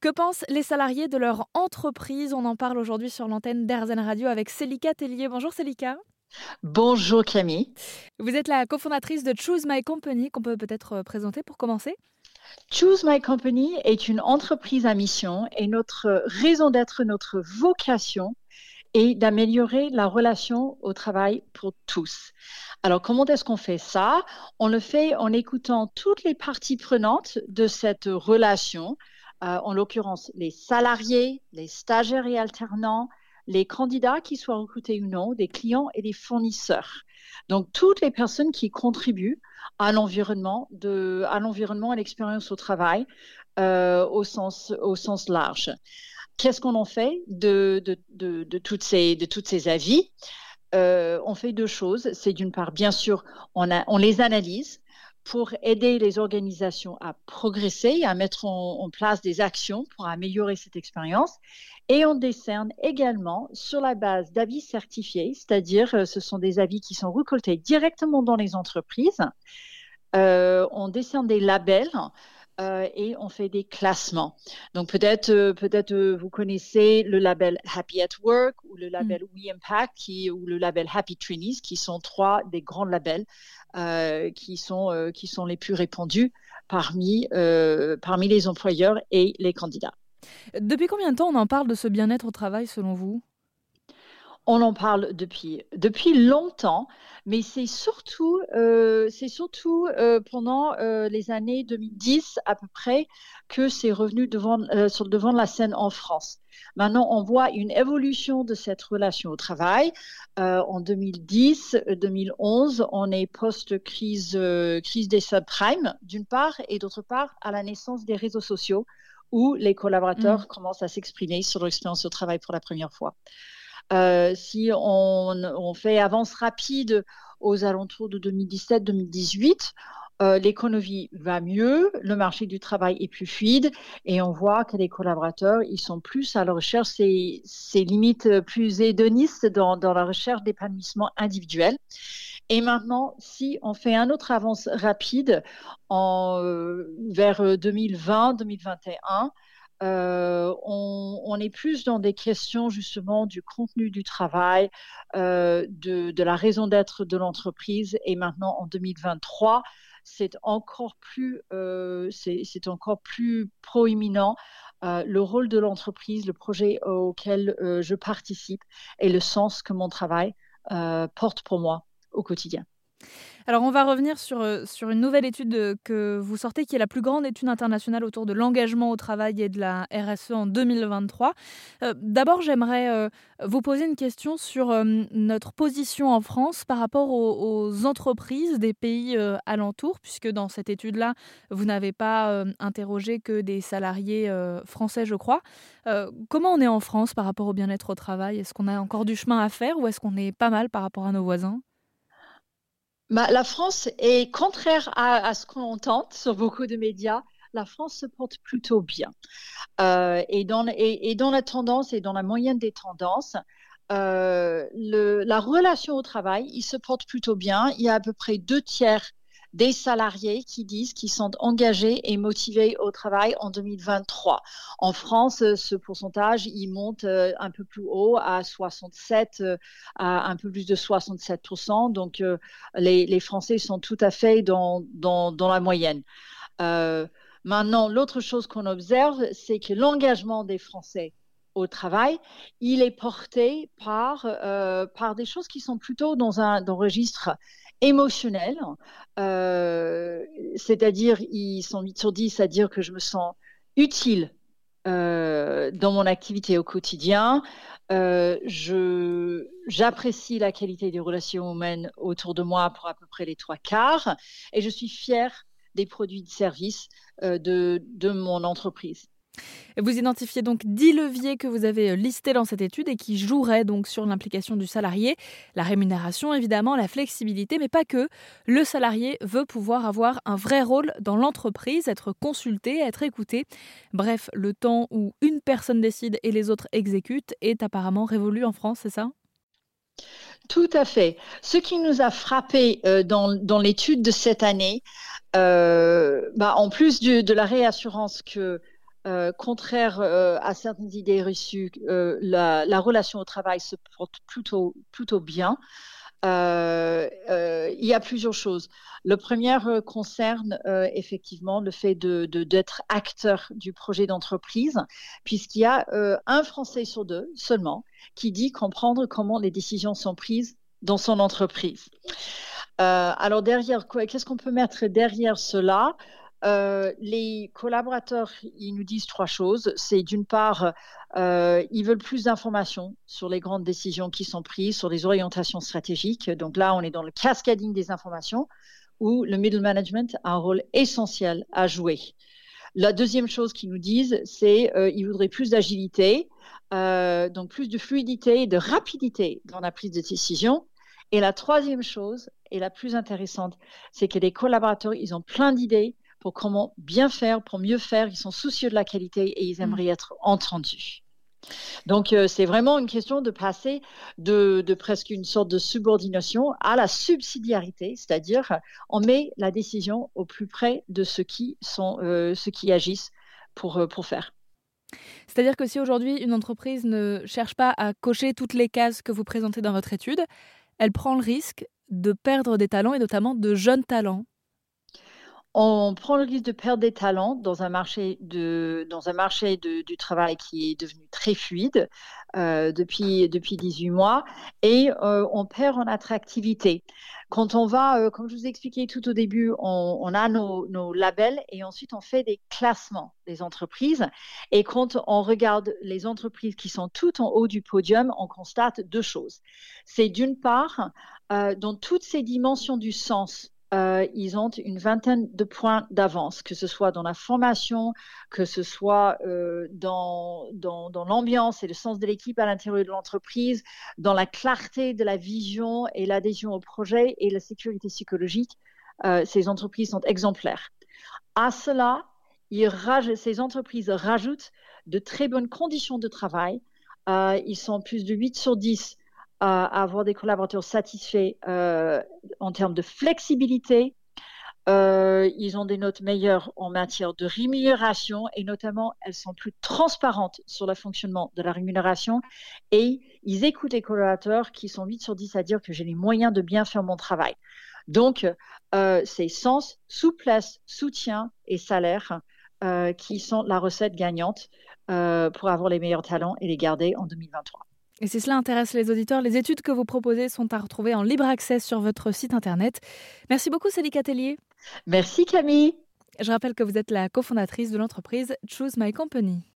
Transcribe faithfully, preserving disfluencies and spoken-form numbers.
Que pensent les salariés de leur entreprise? On en parle aujourd'hui sur l'antenne d'Airzen Radio avec Célika Tellier. Bonjour Célika. Bonjour Camille. Vous êtes la cofondatrice de Choose My Company qu'on peut peut-être euh, présenter pour commencer. Choose My Company est une entreprise à mission et notre raison d'être, notre vocation est d'améliorer la relation au travail pour tous. Alors, comment est-ce qu'on fait ça? On le fait en écoutant toutes les parties prenantes de cette relation, euh, en l'occurrence les salariés, les stagiaires et alternants, les candidats qui soient recrutés ou non, des clients et des fournisseurs. Donc, toutes les personnes qui contribuent à l'environnement, de, à l'environnement et l'expérience au travail euh, au sens, au sens large. Qu'est-ce qu'on en fait de, de, de, de, toutes ces, de toutes ces avis? euh, On fait deux choses. C'est d'une part, bien sûr, on, a, on les analyse pour aider les organisations à progresser, à mettre en, en place des actions pour améliorer cette expérience. Et on décerne également sur la base d'avis certifiés, c'est-à-dire euh, ce sont des avis qui sont récoltés directement dans les entreprises. Euh, on décerne des labels euh, et on fait des classements. Donc peut-être, euh, peut-être euh, vous connaissez le label Happy at Work ou le label Mm. We Impact qui, ou le label Happy Trainees, qui sont trois des grands labels euh, qui, sont, euh, qui sont les plus répandus parmi, euh, parmi les employeurs et les candidats. Depuis combien de temps on en parle de ce bien-être au travail selon vous? On en parle depuis, depuis longtemps, mais c'est surtout, euh, c'est surtout euh, pendant euh, les années deux mille dix à peu près que c'est revenu devant, euh, sur le devant de la scène en France. Maintenant, on voit une évolution de cette relation au travail. Euh, en deux mille dix, deux mille onze, on est post-crise euh, crise des subprimes, d'une part, et d'autre part, à la naissance des réseaux sociaux où les collaborateurs Mm. commencent à s'exprimer sur leur expérience au travail pour la première fois. Euh, si on, on fait avance rapide aux alentours de deux mille dix-sept deux mille dix-huit, euh, l'économie va mieux, le marché du travail est plus fluide et on voit que les collaborateurs, ils sont plus à la recherche, c'est, c'est limite plus hédoniste dans, dans la recherche d'épanouissement individuel. Et maintenant, si on fait un autre avance rapide en, euh, vers deux mille vingt deux mille vingt et un, euh, on, on est plus dans des questions justement du contenu du travail, euh, de, de la raison d'être de l'entreprise. Et maintenant, en deux mille vingt-trois, c'est encore plus, euh, c'est, c'est encore plus proéminent. Euh, le rôle de l'entreprise, le projet auquel euh, je participe et le sens que mon travail euh, porte pour moi au quotidien. Alors on va revenir sur, euh, sur une nouvelle étude euh, que vous sortez, qui est la plus grande étude internationale autour de l'engagement au travail et de la R S E en deux mille vingt-trois. Euh, d'abord, j'aimerais euh, vous poser une question sur euh, notre position en France par rapport aux, aux entreprises des pays euh, alentours, puisque dans cette étude-là, vous n'avez pas euh, interrogé que des salariés euh, français, je crois. Euh, comment on est en France par rapport au bien-être au travail? Est-ce qu'on a encore du chemin à faire ou est-ce qu'on est pas mal par rapport à nos voisins? Bah, la France est contraire à, à ce qu'on entend sur beaucoup de médias. La France se porte plutôt bien. Euh, et, dans, et, et dans la tendance et dans la moyenne des tendances, euh, le, la relation au travail, il se porte plutôt bien. Il y a à peu près deux tiers des salariés qui disent qu'ils sont engagés et motivés au travail en deux mille vingt-trois. En France, ce pourcentage, il monte euh, un peu plus haut à soixante-sept, euh, à un peu plus de soixante-sept pour cent. Donc, euh, les, les Français sont tout à fait dans, dans, dans la moyenne. Euh, Maintenant, l'autre chose qu'on observe, c'est que l'engagement des Français au travail, il est porté par, euh, par des choses qui sont plutôt dans un, dans un registre émotionnel, euh, c'est-à-dire ils sont huit sur dix à dire que je me sens utile euh, dans mon activité au quotidien. Euh, je, j'apprécie la qualité des relations humaines autour de moi pour à peu près les trois quarts et je suis fière des produits et de services euh, de, de mon entreprise. Vous identifiez donc dix leviers que vous avez listés dans cette étude et qui joueraient donc sur l'implication du salarié. La rémunération, évidemment, la flexibilité, mais pas que. Le salarié veut pouvoir avoir un vrai rôle dans l'entreprise, être consulté, être écouté. Bref, le temps où une personne décide et les autres exécutent est apparemment révolu en France, c'est ça ? Tout à fait. Ce qui nous a frappé euh, dans, dans l'étude de cette année, euh, bah, en plus du, de la réassurance que euh, contraire euh, à certaines idées reçues, euh, la, la relation au travail se porte plutôt, plutôt bien. Euh, euh, il y a plusieurs choses. Le premier euh, concerne euh, effectivement le fait de, de, d'être acteur du projet d'entreprise, puisqu'il y a euh, un Français sur deux seulement qui dit comprendre comment les décisions sont prises dans son entreprise. Euh, alors derrière, quoi, qu'est-ce qu'on peut mettre derrière cela? Euh, les collaborateurs, ils nous disent trois choses. C'est d'une part, euh, ils veulent plus d'informations sur les grandes décisions qui sont prises, sur les orientations stratégiques. Donc là, on est dans le cascading des informations où le middle management a un rôle essentiel à jouer. La deuxième chose qu'ils nous disent, c'est euh, ils voudraient plus d'agilité, euh, donc plus de fluidité et de rapidité dans la prise de décision. Et la troisième chose, et la plus intéressante, c'est que les collaborateurs, ils ont plein d'idées pour comment bien faire, pour mieux faire. Ils sont soucieux de la qualité et ils aimeraient mmh. être entendus. Donc, euh, c'est vraiment une question de passer de, de presque une sorte de subordination à la subsidiarité, c'est-à-dire on met la décision au plus près de ceux qui, sont, euh, ceux qui agissent pour, pour faire. C'est-à-dire que si aujourd'hui une entreprise ne cherche pas à cocher toutes les cases que vous présentez dans votre étude, elle prend le risque de perdre des talents et notamment de jeunes talents. On prend le risque de perdre des talents dans un marché, de, dans un marché de, du travail qui est devenu très fluide euh, depuis, depuis dix-huit mois et euh, on perd en attractivité. Quand on va, euh, comme je vous ai expliqué tout au début, on, on a nos, nos labels et ensuite on fait des classements des entreprises. Et quand on regarde les entreprises qui sont toutes en haut du podium, on constate deux choses. C'est d'une part, euh, dans toutes ces dimensions du sens, Euh, ils ont une vingtaine de points d'avance, que ce soit dans la formation, que ce soit euh, dans, dans, dans l'ambiance et le sens de l'équipe à l'intérieur de l'entreprise, dans la clarté de la vision et l'adhésion au projet et la sécurité psychologique. Euh, ces entreprises sont exemplaires. À cela, ils raj- ces entreprises rajoutent de très bonnes conditions de travail. Euh, ils sont plus de huit sur dix à avoir des collaborateurs satisfaits euh, en termes de flexibilité. Euh, ils ont des notes meilleures en matière de rémunération et notamment, elles sont plus transparentes sur le fonctionnement de la rémunération et ils écoutent les collaborateurs qui sont huit sur dix à dire que j'ai les moyens de bien faire mon travail. Donc, euh, c'est sens, souplesse, soutien et salaire euh, qui sont la recette gagnante euh, pour avoir les meilleurs talents et les garder en deux mille vingt-trois. Et si cela intéresse les auditeurs, les études que vous proposez sont à retrouver en libre accès sur votre site internet. Merci beaucoup, Céline Catellier. Merci, Camille. Je rappelle que vous êtes la cofondatrice de l'entreprise Choose My Company.